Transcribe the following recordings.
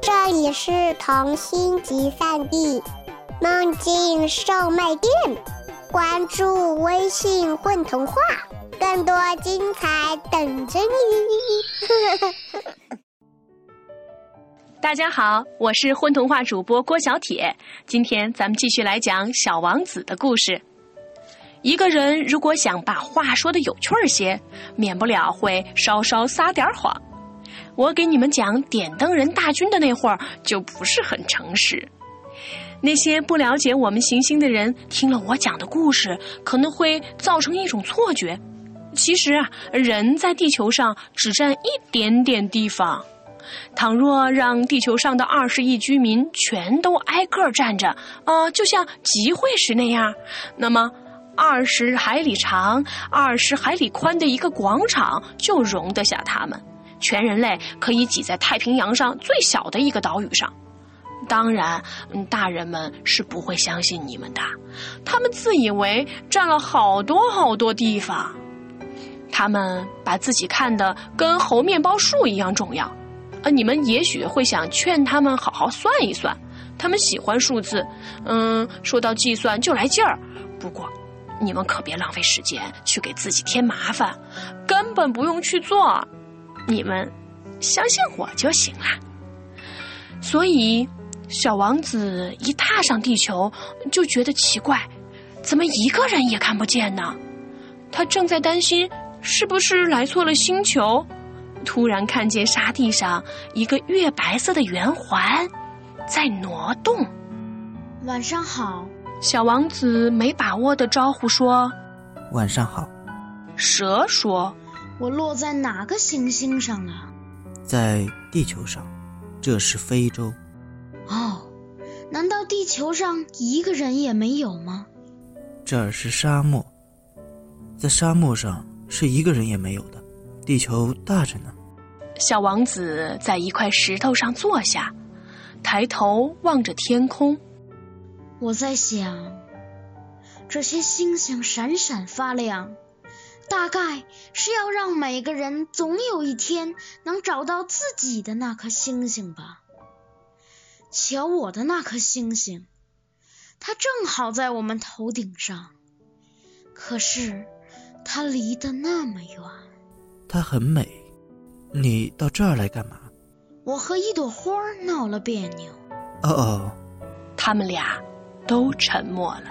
这里是童心集散地梦境售卖店，关注微信混童话，更多精彩等着你。 大家好，我是混童话主播郭小铁，今天咱们继续来讲小王子的故事。一个人如果想把话说得有趣些，免不了会稍稍撒点谎。我给你们讲点灯人大军的那会儿就不是很诚实。那些不了解我们行星的人听了我讲的故事，可能会造成一种错觉。其实啊，人在地球上只占一点点地方。倘若让地球上的20亿居民全都挨个站着，就像集会时那样，那么20海里长、20海里宽的一个广场就容得下他们。全人类可以挤在太平洋上最小的一个岛屿上。当然，大人们是不会相信你们的，他们自以为占了好多好多地方。他们把自己看得跟猴面包树一样重要。你们也许会想劝他们好好算一算，他们喜欢数字，说到计算就来劲儿。不过你们可别浪费时间去给自己添麻烦，根本不用去做，你们相信我就行了。所以小王子一踏上地球就觉得奇怪，怎么一个人也看不见呢？他正在担心是不是来错了星球，突然看见沙地上一个月白色的圆环在挪动。 晚上好。 小王子没把握地招呼说晚上好。 蛇说我落在哪个行星上了？ 在地球上，这是非洲。 哦，难道地球上一个人也没有吗？ 这儿是沙漠，在沙漠上是一个人也没有的，地球大着呢。 小王子在一块石头上坐下，抬头望着天空。 我在想，这些星星闪闪发亮，大概是要让每个人总有一天能找到自己的那颗星星吧。瞧我的那颗星星，它正好在我们头顶上，可是它离得那么远。 它很美，你到这儿来干嘛？ 我和一朵花闹了别扭。 他们俩都沉默了。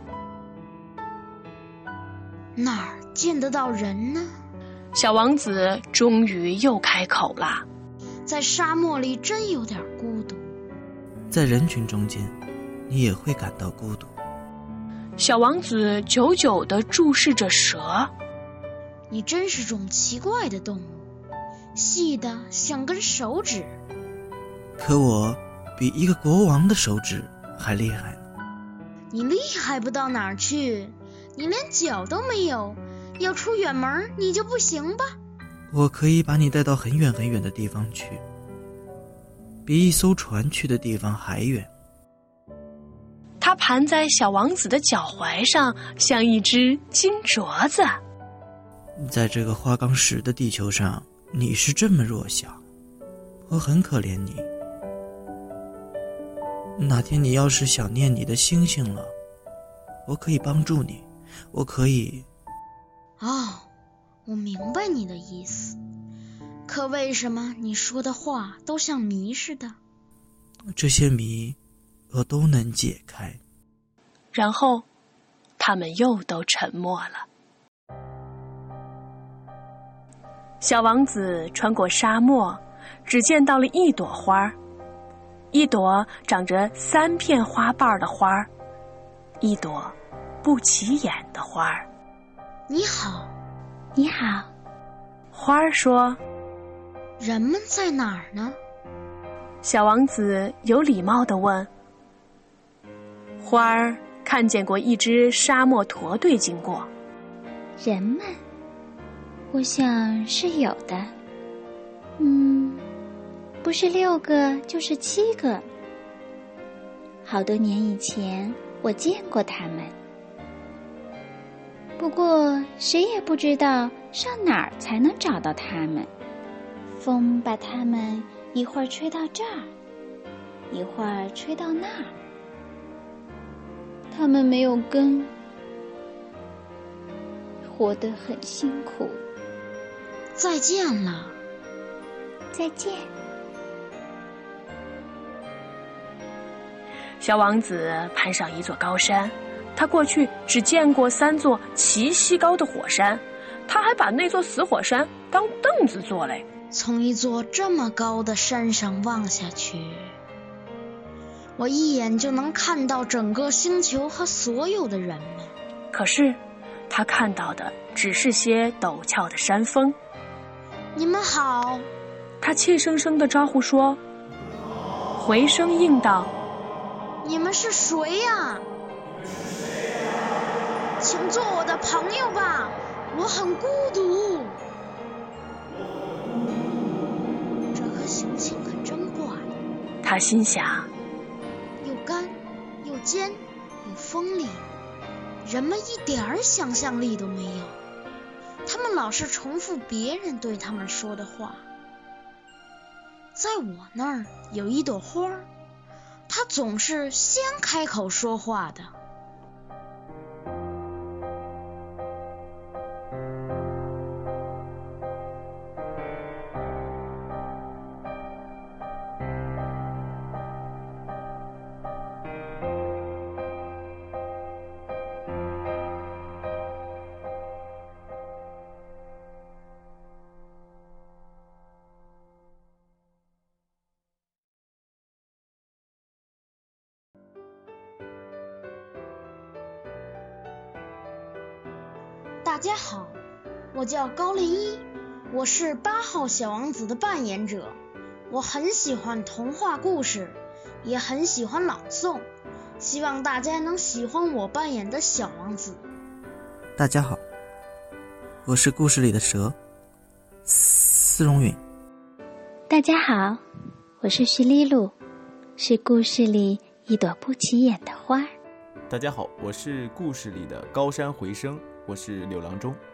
哪儿见得到人呢？ 小王子终于又开口了。 在沙漠里真有点孤独。 在人群中间，你也会感到孤独。 小王子久久地注视着蛇。 你真是种奇怪的动物，细的像根手指。 可我比一个国王的手指还厉害呢。 你厉害不到哪儿去，你连脚都没有，要出远门你就不行吧？ 我可以把你带到很远很远的地方去，比一艘船去的地方还远。 它盘在小王子的脚踝上，像一只金镯子。 在这个花岗石的地球上，你是这么弱小，我很可怜你。哪天你要是想念你的星星了，我可以帮助你，我可以。 我明白你的意思，可为什么你说的话都像谜似的？ 这些谜我都能解开。 然后他们又都沉默了。小王子穿过沙漠，只见到了一朵花，一朵长着3片花瓣的花，一朵不起眼的花。 你好。 你好。 花说， 人们在哪儿呢？ 小王子有礼貌地问。花儿看见过一只沙漠驼队经过。 人们，我想是有的。不是6个就是7个。好多年以前我见过他们，不过谁也不知道上哪儿才能找到他们。风把他们一会儿吹到这儿， 一会儿吹到那儿。它们没有根，活得很辛苦。 再见了。 再见。 小王子攀上一座高山，他过去只见过3座齐膝高的火山，他还把那座死火山当凳子坐嘞。 从一座这么高的山上望下去，我一眼就能看到整个星球和所有的人们。 可是他看到的只是些陡峭的山峰。 你们好， 他怯生生地招呼说。回声应道， 你们是谁呀？请做我的朋友吧，我很孤独。这颗行星可真怪， 他心想， 又干又尖又锋利，人们一点儿想象力都没有。他们老是重复别人对他们说的话。在我那儿有一朵花，它总是先开口说话的。大家好，我叫高林一，我是8号小王子的扮演者。我很喜欢童话故事，也很喜欢朗诵，希望大家能喜欢我扮演的小王子。 大家好，我是故事里的蛇，丝绒允。 大家好，我是徐丽露，是故事里一朵不起眼的花。 大家好，我是故事里的高山回声，我是柳郎中。